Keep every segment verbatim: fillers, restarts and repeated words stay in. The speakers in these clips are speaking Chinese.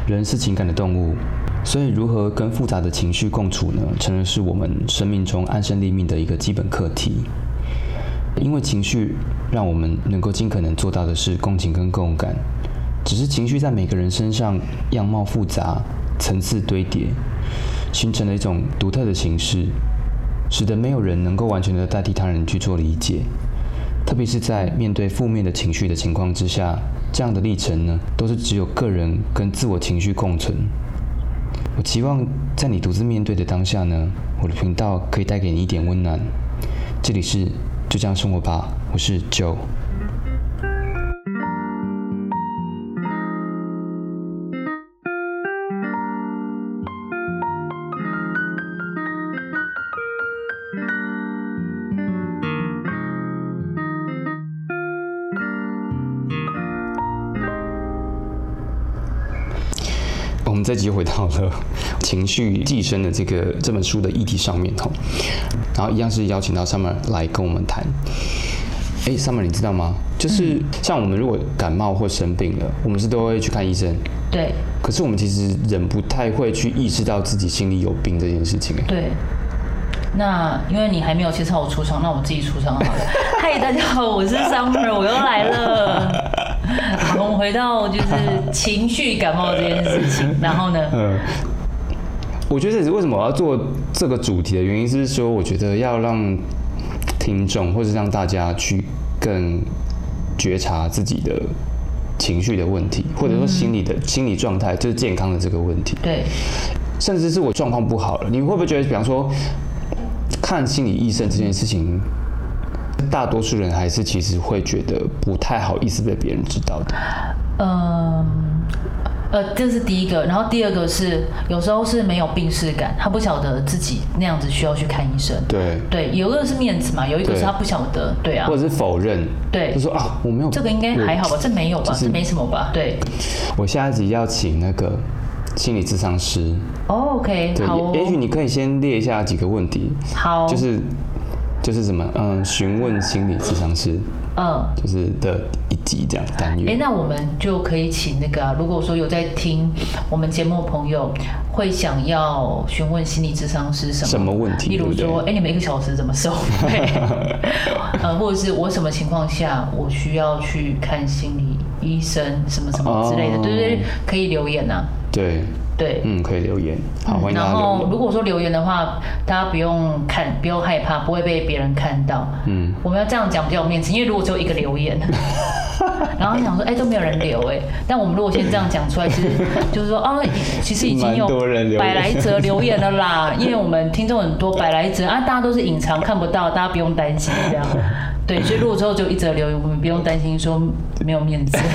人是情感的动物，所以如何跟复杂的情绪共处呢，成了是我们生命中安身立命的一个基本课题。因为情绪让我们能够尽可能做到的是共情跟共感，只是情绪在每个人身上样貌复杂，层次堆叠，形成了一种独特的形式，使得没有人能够完全的代替他人去做理解。特别是在面对负面的情绪的情况之下，这样的历程呢，都是只有个人跟自我情绪共存。我期望在你独自面对的当下呢，我的频道可以带给你一点温暖。这里是就这样生活吧，我是 Joe。我们这集回到了情绪寄生的这个这本书的议题上面吼，然后一样是邀请到 Summer 来跟我们谈。哎 ，Summer 你知道吗？就是像我们如果感冒或生病了，我们是都会去看医生。 对。 可是我们其实人不太会去意识到自己心里有病这件事情。 对。那因为你还没有介绍我出场，那我自己出场好了。嗨，大家好，我是 Summer， 我又来了。好，我们回到就是情绪感冒这件事情，然后呢？嗯， 我觉得为什么我要做这个主题的原因是说，我觉得要让听众或是让大家去更觉察自己的情绪的问题，或者说心理的、嗯、心理状态，就是健康的这个问题。 对， 甚至是我状况不好了，你会不会觉得，比方说看心理医生这件事情？大多数人还是其实会觉得不太好意思被别人知道的。 嗯，呃，这是第一个，然后第二个是有时候是没有病识感，他不晓得自己那样子需要去看医生。 对对，有一个是面子嘛，有一个是他不晓得，对啊， 或者是否认， 对， 就说啊我没有， 这个应该还好吧，这没有吧，这没什么吧，对。 我下一集要请那个心理咨商师。 哦 ，OK， 对， 好哦。 也许你可以先列一下几个问题。 好。就是。 就是什么，嗯，询问心理咨商师，嗯，就是的一集这样单元。 哎、欸，那我们就可以请那个、啊，如果说有在听我们节目的朋友，会想要询问心理咨商师什么什么问题？ 例如说，哎、欸，你们一个小时怎么收费？呃，或者是我什么情况下我需要去看心理医生，什么什么之类的，哦、对不对？可以留言啊。 对。 对， 嗯，可以留言，好，欢迎大家留言。 然后如果说留言的话，大家不用看，不用害怕，不会被别人看到。嗯，我们要这样讲比较有面子，因为如果只有一个留言，然后想说，哎、欸，都没有人留，哎，但我们如果先这样讲出来，其实就是说，啊，其实已经有百来则留言了啦，因为我们听众很多，百来则啊，大家都是隐藏看不到，大家不用担心这样。对，所以如果之后就一则留言，我们不用担心说没有面子。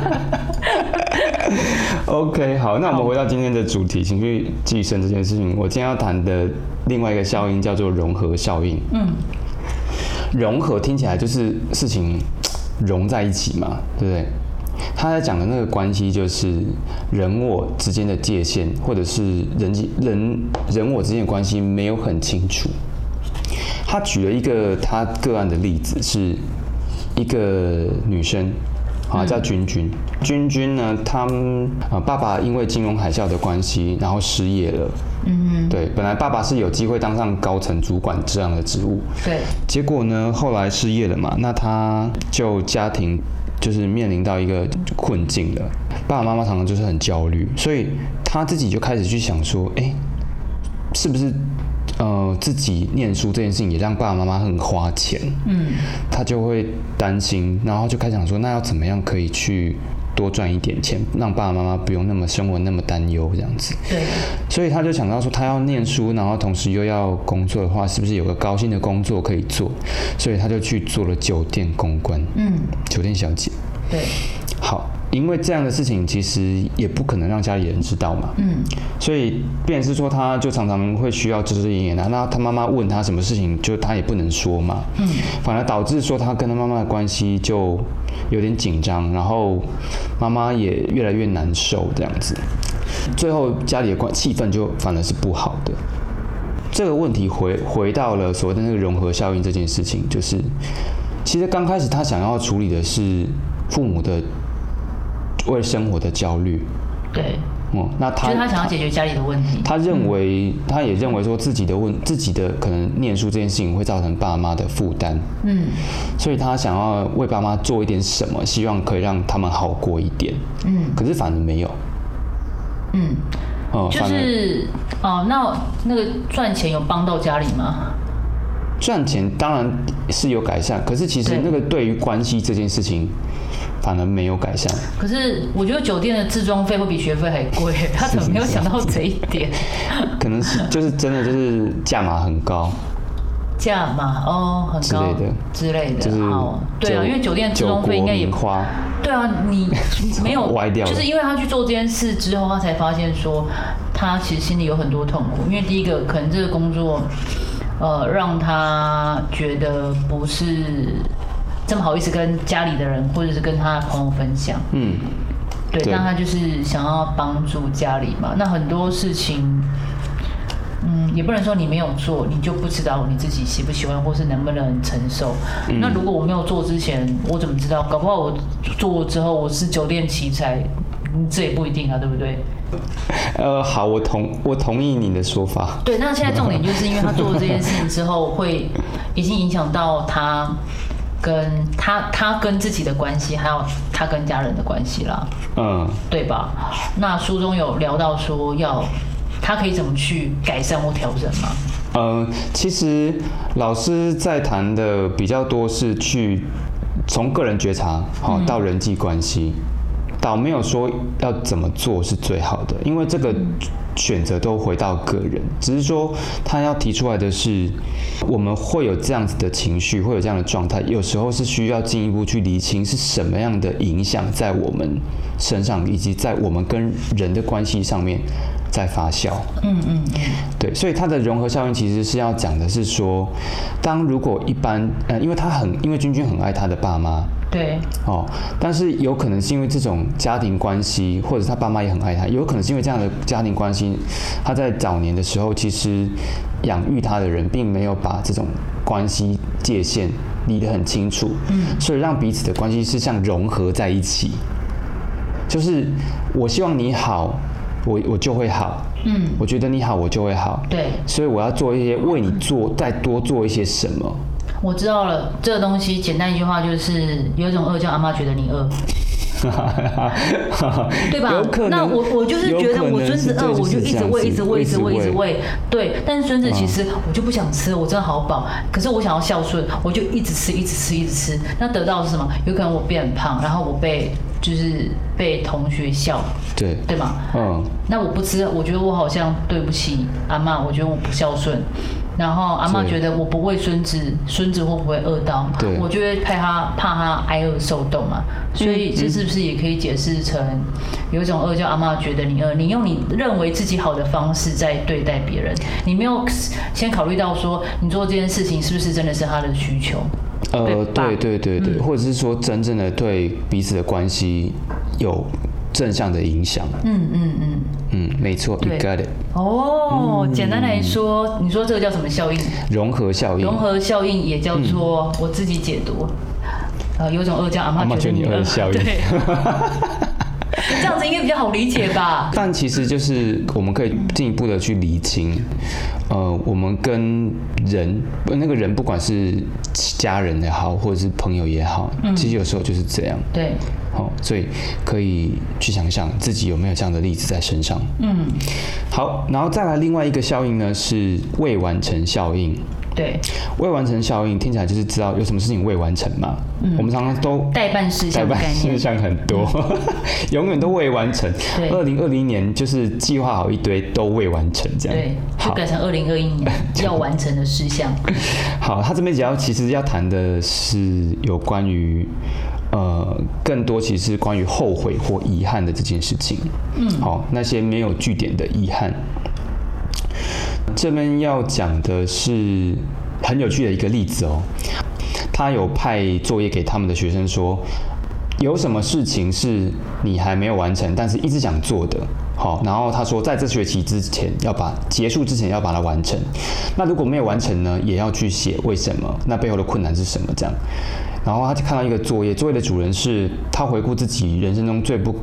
OK， 好，那我们回到今天的主题，情绪寄生这件事情。我今天要谈的另外一个效应叫做融合效应。嗯，融合听起来就是事情融在一起嘛，对不对？他在讲的那个关系就是人我之间的界限，或者是人人人我之间的关系没有很清楚。他举了一个他个案的例子，是一个女生，啊，叫君君。君君呢，她啊爸爸因为金融海啸的关系，然后失业了。嗯哼。对，本来爸爸是有机会当上高层主管这样的职务。 对。 结果呢，后来失业了嘛，那他就家庭就是面临到一个困境了。爸爸妈妈常常就是很焦虑，所以他自己就开始去想说，哎、欸，是不是？呃，自己念书这件事情也让爸爸妈妈很花钱，嗯，他就会担心，然后就开始想说，那要怎么样可以去多赚一点钱，让爸爸妈妈不用那么生活那么担忧这样子。 对， 所以他就想到说，他要念书，然后同时又要工作的话，是不是有个高薪的工作可以做？所以他就去做了酒店公关，嗯，酒店小姐。 对， 好。因为这样的事情其实也不可能让家里人知道嘛，嗯，所以变成是说他就常常会需要遮遮掩掩的，那他妈妈问他什么事情，就他也不能说嘛，嗯，反而导致说他跟他妈妈的关系就有点紧张，然后妈妈也越来越难受这样子，最后家里的关气氛就反而是不好的。这个问题回回到了所谓的那个融合效应这件事情，就是其实刚开始他想要处理的是父母的为生活的焦虑， 对， 哦、嗯，那他就是他想要解决家里的问题。 他认为，嗯、他也认为说自己的问自己的可能念书这件事情会造成爸妈的负担。嗯，所以他想要为爸妈做一点什么，希望可以让他们好过一点。嗯，可是反而没有。 嗯，哦、就是哦，那那个赚钱有帮到家里吗？ 赚钱当然是有改善，可是其实那个对于关系这件事情反而没有改善。 可是我觉得酒店的自装费会比学费还贵，他怎么没有想到这一点？ 可能是就是真的就是价码很高。 价码哦，很高之类的之类的， 就是好，对啊，因为酒店自装费应该也花。 对啊，你没有歪掉了， 就是因为他去做这件事之后，他才发现说，他其实心里有很多痛苦。因为第一个，可能这个工作，呃，让他觉得不是这么好意思跟家里的人，或者是跟他的朋友分享。嗯，对，但他就是想要帮助家里嘛。那很多事情。嗯，也不能说你没有做，你就不知道你自己喜不喜欢，或是能不能承受。嗯、那如果我没有做之前，我怎么知道？搞不好我做之后我是酒店奇才，这也不一定啊，对不对？ 呃，好，我同我同意你的说法。 对，那现在重点就是因为他做了这件事情之后，会已经影响到他跟他他跟自己的关系，还有他跟家人的关系啦。嗯，对吧？那书中有聊到说要。他可以怎么去改善或调整吗？ 呃，其实老师在谈的比较多是去从个人觉察，好、嗯、到人际关系，倒没有说要怎么做是最好的，因为这个选择都回到个人，只是说他要提出来的是，我们会有这样子的情绪，会有这样的状态，有时候是需要进一步去厘清是什么样的影响在我们身上，以及在我们跟人的关系上面。在发酵，嗯嗯嗯，对，所以它的融合效应其实是要讲的是说，当如果一般，呃，因为他很，因为君君很爱他的爸妈， 对， 哦，但是有可能是因为这种家庭关系，或者他爸妈也很爱他，有可能是因为这样的家庭关系，他在早年的时候，其实养育他的人并没有把这种关系界限理得很清楚，嗯，所以让彼此的关系是像融合在一起，就是我希望你好。我我就会好，嗯，我觉得你好，我就会好， 对， 所以我要做一些为你做，再多做一些什么。 我知道了，这个东西简单一句话就是，有一种饿叫阿妈觉得你饿，对吧？ 有可能。 那我我就是觉得我孙子饿，我就一直喂，一直喂，一直喂，一直喂，对。但是孙子其实我就不想吃，我真的好饱，可是我想要孝顺，我就一直吃，一直吃，一直吃。那得到的是什么？有可能我变胖，然后我被。就是被同学笑， 对对吗？嗯，那我不吃，我觉得我好像对不起阿嬷，我觉得我不孝顺，然后阿嬷觉得我不喂孙子，孙子会不会饿到？ 对， 我就会怕他怕他挨饿受冻嘛，所以这是不是也可以解释成有一种饿叫阿嬷觉得你饿，你用你认为自己好的方式在对待别人，你没有先考虑到说你做这件事情是不是真的是他的需求？ 呃，对对对对，嗯、或者是说真正的对彼此的关系有正向的影响。嗯嗯嗯嗯，没错 ，You got it。 哦，嗯、简单来说，你说这个叫什么效应？ 融合效应。 融合效应也叫做、嗯、我自己解读，呃，有种饿叫阿嬷觉得你饿效应。对。这样子应该比较好理解吧？ 但其实就是我们可以进一步的去厘清，呃，我们跟人那个人，不管是家人也好，或者是朋友也好，嗯、其实有时候就是这样。 对， 好、哦，所以可以去想想自己有没有这样的例子在身上。嗯，好，然后再来另外一个效应呢，是未完成效应。 对， 未完成效应听起来就是知道有什么事情未完成嘛。嗯、我们常常都待办事项， 待办事项很多，嗯、永远都未完成。 对， 二零二零年就是计划好一堆都未完成，这样。 对，就改成二零二一年要完成的事项。 好，他这边主要其实要谈的是有关于。呃，更多其实是关于后悔或遗憾的这件事情。嗯，好，那些没有据点的遗憾。这边要讲的是很有趣的一个例子哦。他有派作业给他们的学生说，有什么事情是你还没有完成，但是一直想做的。好，然后他说，在这学期之前要把结束之前要把它完成。那如果没有完成呢，也要去写为什么，那背后的困难是什么？这样。然后他就看到一个作业，作业的主人是他回顾自己人生中最不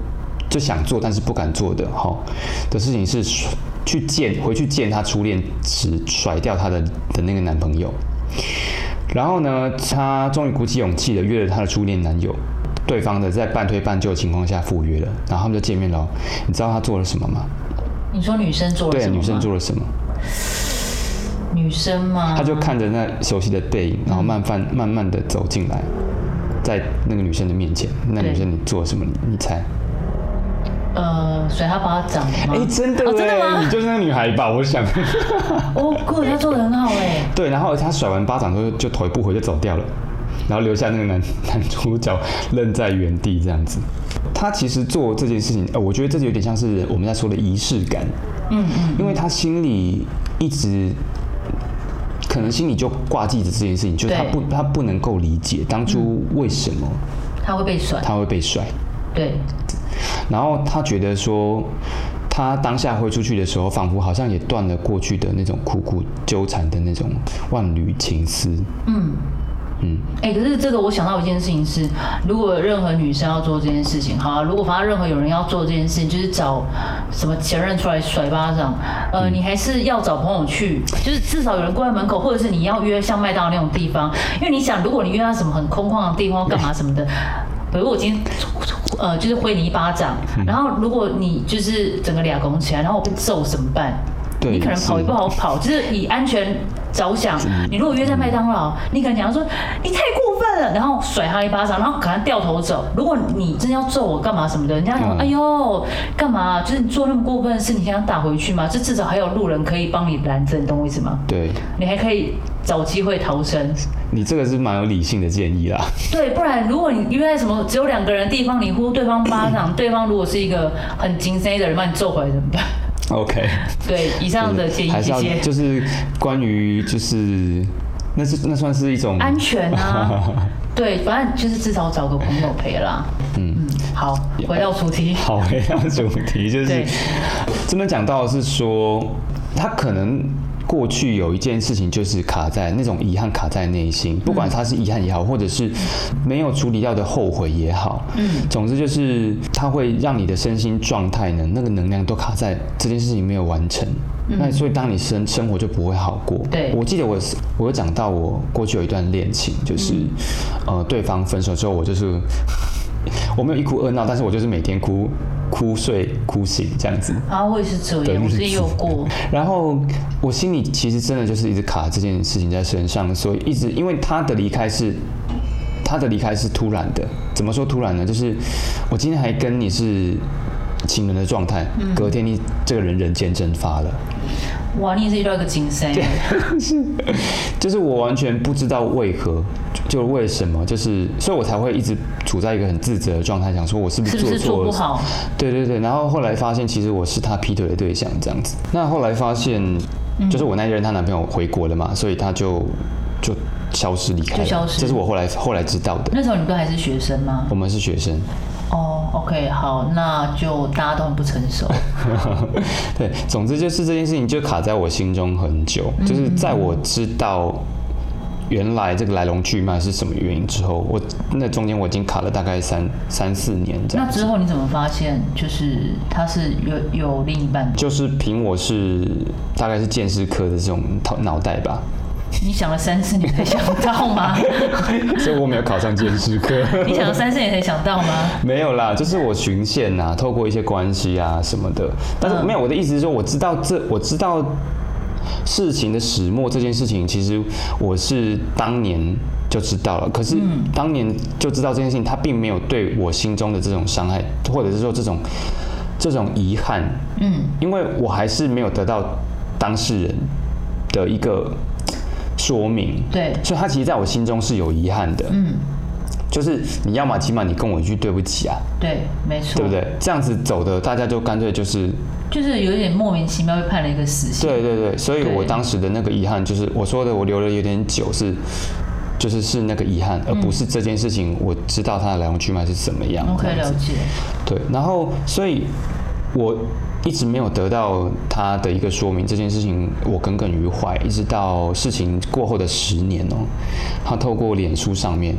就想做但是不敢做的哈的事情是去见回去见她初恋时甩掉她的的那个男朋友。然后呢，她终于鼓起勇气的约了她的初恋男友，对方的在半推半就的情况下赴约了，然后他们就见面了。你知道她做了什么吗？ 你说女生做了什么吗？ 对，女生做了什么？ 女生吗？ 她就看着那熟悉的背影，然后慢慢慢慢的走进来，在那个女生的面前。那女生你做了什么？你, 你猜？ 呃，甩她巴掌吗？ 哎，真的哎、哦，真的吗？你就是那个女孩吧？我想。 哦，哥，她做得很好哎。 对，然后她甩完巴掌之后就头也不回就走掉了，然后留下那个男男主角愣在原地这样子。他其实做这件事情，呃，我觉得这有点像是我们在说的仪式感。 嗯嗯。 因为他心里一直。可能心里就挂记着这件事情，就是他不他不能够理解当初为什么他会被甩， 他会被甩。 对。 然后他觉得说，他当下挥出去的时候，仿佛好像也断了过去的那种苦苦纠缠的那种万缕情丝。嗯。嗯， 哎、欸，可是这个我想到一件事情是，如果任何女生要做这件事情，好、啊，如果发现任何有人要做这件事情，就是找什么前任出来甩巴掌，呃，嗯、你还是要找朋友去，就是至少有人过在门口，或者是你要约像麦当劳那种地方，因为你想，如果你约到什么很空旷的地方，干嘛什么的，比如我今天呃就是挥你一巴掌，嗯、然后如果你就是整个俩拱起来，然后我被揍怎么办？你可能跑也不好跑，就是以安全着想。你如果约在麦当劳，你可能讲说你太过分了，然后甩他一巴掌，然后赶快掉头走。如果你真要揍我干嘛什么的，人家说、嗯、哎呦干嘛？就是你做那么过分的事，你想打回去吗？这至少还有路人可以帮你拦着，你懂我意思吗？ 对， 你还可以找机会逃生。 你这个是蛮有理性的建议啦。对， 不然如果你约在什么只有两个人的地方，你呼对方巴掌，对方如果是一个很精 C 的人，把你揍回来怎么办 ？OK， 对，以上的建议还是要就是关于就是那是那算是一种安全啊，对，反正就是至少找个朋友陪啦。嗯嗯，好，回到主题。 好，回到主题，就是这边讲到的是说，他可能过去有一件事情就是卡在那种遗憾卡在内心，不管它是遗憾也好，或者是没有处理掉的后悔也好，嗯，总之就是它会让你的身心状态呢，那个能量都卡在这件事情没有完成。嗯、那所以当你生生活就不会好过。 对， 我记得我我有讲到我过去有一段恋情，就是、嗯、呃对方分手之后，我就是我没有一哭二闹，但是我就是每天哭哭睡哭醒这样子。 啊，我也是这样，我也有过。 然后我心里其实真的就是一直卡这件事情在身上，所以一直因为他的离开是他的离开是突然的。怎么说突然呢？就是我今天还跟你是情人的状态，嗯、隔天你这个人人间蒸发了。 哇，你也是遇到一个精神。 是，就是我完全不知道为何，就为什么，就是所以我才会一直处在一个很自责的状态，想说我是不是做错了， 是不是做不好？ 对对对，然后后来发现其实我是他劈腿的对象这样子。那后来发现，就是我那一任她男朋友回国了嘛，所以他就就消失离开了， 就消失。 这是我后来后来知道的。 那时候你们都还是学生吗？ 我们是学生。 哦、oh, ，OK， 好，那就大家都很不成熟。 对，总之就是这件事情就卡在我心中很久，嗯、就是在我知道原来这个来龙去脉是什么原因之后，我那中间我已经卡了大概三三四年这样。 那之后你怎么发现就是他是有有另一半？ 就是凭我是大概是鉴识科的这种脑袋吧。 你想了三四年才想到吗？ 所以我没有考上鉴识科。 你想了三四年才想到吗？ 没有啦，就是我循线啊，透过一些关系啊什么的。但是没有，我的意思是说，我知道这，我知道事情的始末这件事情，其实我是当年就知道了。可是当年就知道这件事情，它并没有对我心中的这种伤害，或者是说这种这种遗憾，嗯，因为我还是没有得到当事人的一个说明， 对， 所以他其实在我心中是有遗憾的，嗯，就是你要嘛起码你跟我一句对不起啊， 对，没错， 对不对？这样子走的，大家就干脆就是就是有点莫名其妙被判了一个死刑， 对对对，所以我当时的那个遗憾就是我说的，我留了有点久是。就是是那个遗憾，而不是这件事情我知道它的来龙去脉是怎么样。 我可以了解。 对，然后所以我一直没有得到他的一个说明，这件事情我耿耿于怀，一直到事情过后的十年哦，他透过脸书上面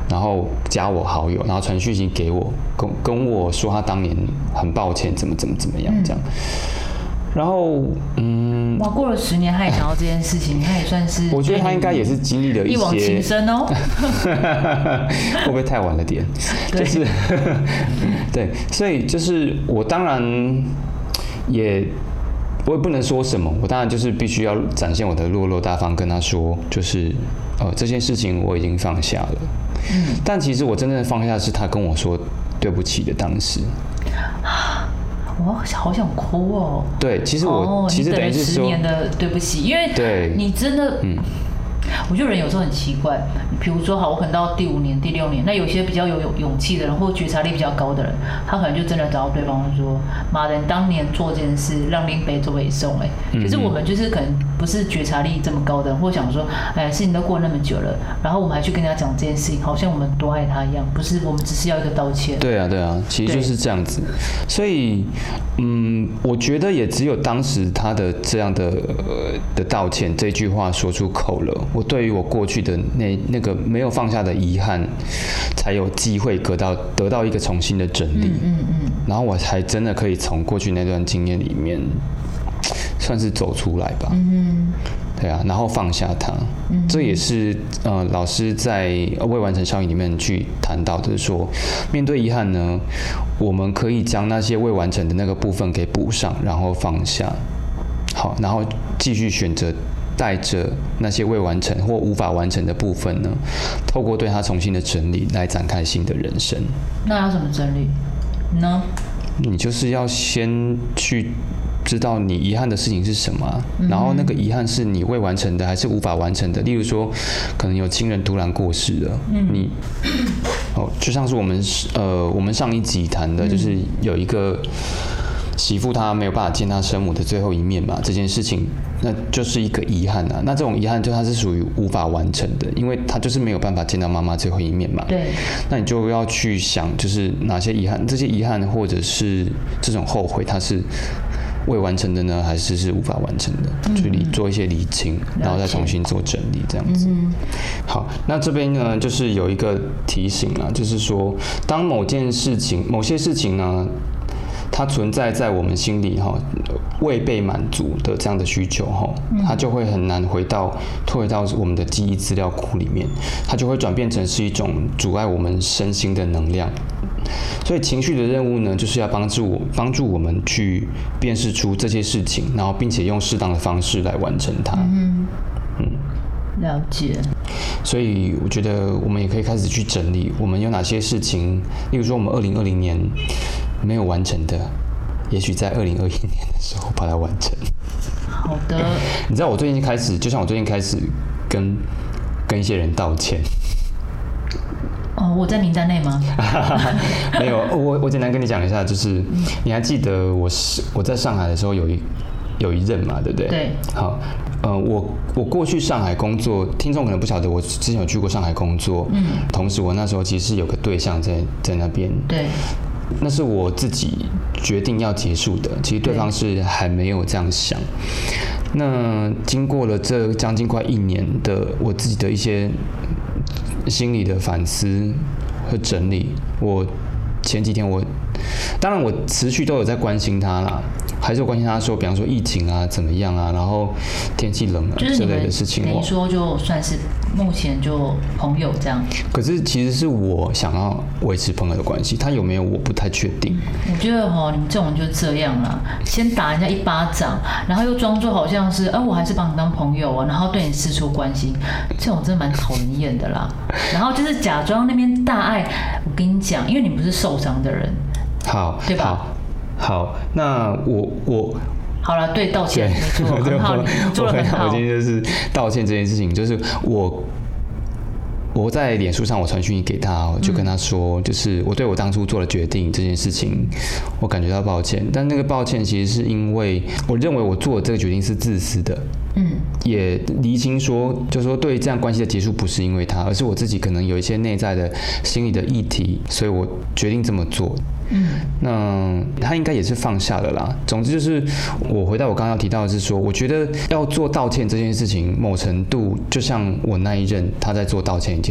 然后加我好友，然后传讯息给我，跟跟我说他当年很抱歉，怎么怎么怎么样这样。嗯、然后，嗯， 哇，过了十年，他也想到这件事情，他也算是， 我觉得他应该也是经历了一些一往情深哦。 会不会太晚了点？就是对，所以就是我当然也。我也不能说什么，我当然就是必须要展现我的落落大方，跟他说，就是呃这件事情我已经放下了。嗯，但其实我真正的放下是他跟我说对不起的当时。 我好想哭哦。 对，其实我、哦、其实等于是说十年的对不起，因为对你真的，嗯，我觉得人有时候很奇怪，比如说好，我可能到第五年、第六年，那有些比较有勇气的人，或觉察力比较高的人，他可能就真的找到对方说：“妈的，你当年做这件事，让林北做北宋。”哎，可是我们就是可能不是觉察力这么高的人，或想说：“哎，事情都过那么久了，然后我们还去跟人家讲这件事情，好像我们多爱他一样。”不是，我们只是要一个道歉。 对啊，对啊，其实就是这样子。所以，嗯，我觉得也只有当时他的这样的、呃、的道歉这句话说出口了，我对于我过去的那那个没有放下的遗憾，才有机会得到得到一个重新的整理。嗯嗯嗯。然后我才真的可以从过去那段经验里面，算是走出来吧。嗯。对啊，然后放下它。嗯。这也是呃老师在未完成效应里面去谈到的，就是说，面对遗憾呢，我们可以将那些未完成的那个部分给补上，然后放下。好，然后继续选择。带着那些未完成或无法完成的部分呢，透过对它重新的整理，来展开新的人生。 那要怎么整理呢？ 你就是要先去知道你遗憾的事情是什么、啊嗯，然后那个遗憾是你未完成的还是无法完成的。例如说，可能有亲人突然过世了，嗯、你哦，就像是我们呃我们上一集谈的，就是有一个。媳妇她没有办法见她生母的最后一面嘛，这件事情那就是一个遗憾啊。那这种遗憾就它是属于无法完成的，因为她就是没有办法见到妈妈最后一面嘛。对。那你就要去想，就是哪些遗憾，这些遗憾或者是这种后悔，它是未完成的呢，还是是无法完成的？嗯、就理做一些理清，然后再重新做整理，这样子。嗯、好，那这边呢，就是有一个提醒啊，就是说，当某件事情、某些事情呢。它存在在我们心里哈，未被满足的这样的需求哈，它就会很难回到退回到我们的记忆资料库里面，它就会转变成是一种阻碍我们身心的能量。所以情绪的任务呢，就是要帮助我帮助我们去辨识出这些事情，然后并且用适当的方式来完成它。嗯嗯， 了解。 所以我觉得我们也可以开始去整理，我们有哪些事情，例如说我们二零二零年。没有完成的，也许在二零二一年的时候把它完成。 好的。 你知道我最近开始，就像我最近开始跟跟一些人道歉。 哦，我在名单内吗？ 没有，我我简单跟你讲一下，就是你还记得我是我在上海的时候有一有一任嘛，对不对？ 对。 好，呃，我我过去上海工作，听众可能不晓得，我之前有去过上海工作。嗯。同时，我那时候其实是有个对象在在那边。 对。 那是我自己决定要结束的，其实对方是还没有这样想。那经过了这将近快一年的我自己的一些心理的反思和整理，我前几天我当然我持续都有在关心他啦，还是有关心他说，比方说疫情啊怎么样啊，然后天气冷啊之类的事情。 就是你说就算是目前就朋友这样。 可是其实是我想要维持朋友的关系，他有没有我不太确定。 我觉得哈，你们这种就这样啦，先打人家一巴掌，然后又装作好像是，哎、啊，我还是把你当朋友啊，然后对你释出关心，这种真的蛮讨人厌的啦。然后就是假装那边大爱，我跟你讲，因为你不是受伤的人。 好， 对吧？ 好，好，那我我好了，对，道歉，没错，很好，你做得很好。 我今天就是道歉这件事情，就是我我在脸书上我传讯息给他，我就跟他说，就是我对我当初做的决定这件事情，我感觉到抱歉，但那个抱歉其实是因为我认为我做的这个决定是自私的。嗯，也厘清说，就是说对这样关系的结束不是因为他，而是我自己可能有一些内在的心理的议题，所以我决定这么做。嗯，那他应该也是放下了啦。总之就是，我回到我刚刚提到的是说，我觉得要做道歉这件事情，某程度就像我那一任他在做道歉一件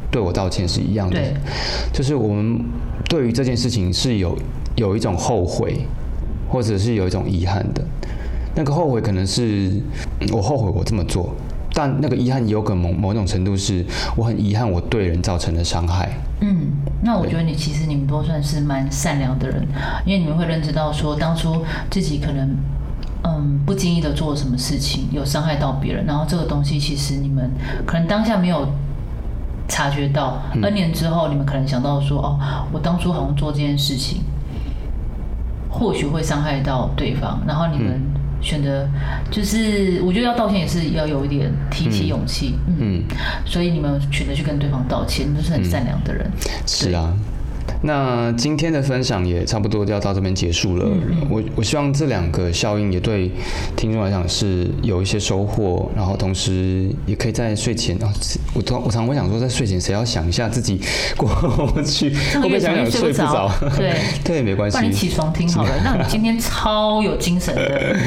对我道歉是一样的，就是我们对于这件事情是有有一种后悔，或者是有一种遗憾的。那个后悔可能是我后悔我这么做，但那个遗憾也有可能某某种程度是我很遗憾我对人造成的伤害。 嗯，那我觉得你其实你们都算是蛮善良的人，因为你们会认知到说当初自己可能嗯不经意的做了什么事情，有伤害到别人，然后这个东西其实你们可能当下没有察觉到， N 年之后你们可能想到说，哦，我当初好像做这件事情或许会伤害到对方，然后你们选择就是我觉得要道歉也是要有一点提起勇气， 嗯, 嗯，所以你们选择去跟对方道歉，都是很善良的人。嗯、 是啊。那今天的分享也差不多要到这边结束了。嗯嗯我我希望这两个效应也对听众来讲是有一些收获，然后同时也可以在睡前啊，我常我常会想说，在睡前谁要想一下自己过去，会不会想想睡不着？对对，没关系， 不然你起床听好了，让你今天超有精神的。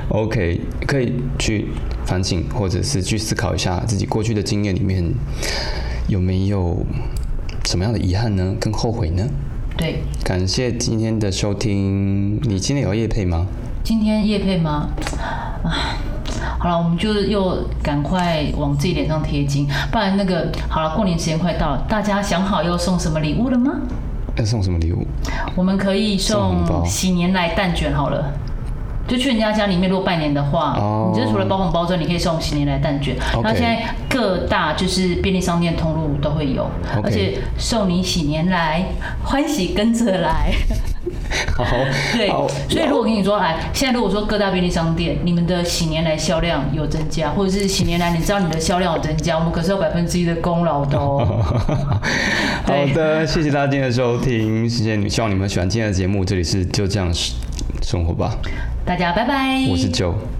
OK， 可以去反省，或者是去思考一下自己过去的经验里面有没有什么样的遗憾呢？跟后悔呢？ 对， 感谢今天的收听。你今天有业配吗？ 今天业配吗？啊，好了，我们就又赶快往自己脸上贴金，不然那个好了，过年时间快到了，大家想好要送什么礼物了吗？ 要送什么礼物？我们可以送喜年来蛋卷好了。就去人家家里面，如果拜年的话， oh. 你就是除了包红包之外，你可以送喜年来蛋卷。Okay. 然后现在各大就是便利商店通路都会有， okay. 而且送你喜年来，欢喜跟着来。 好， 对，所以如果跟你说，哎，现在如果说各大便利商店，你们的喜年来销量有增加，或者是喜年来你知道你的销量有增加，我们可是有百分之一的功劳的哦。 好的，谢谢大家今天的收听，谢谢你，希望你们喜欢今天的节目，这里是就这样生活吧。 大家拜拜， 我是Joe。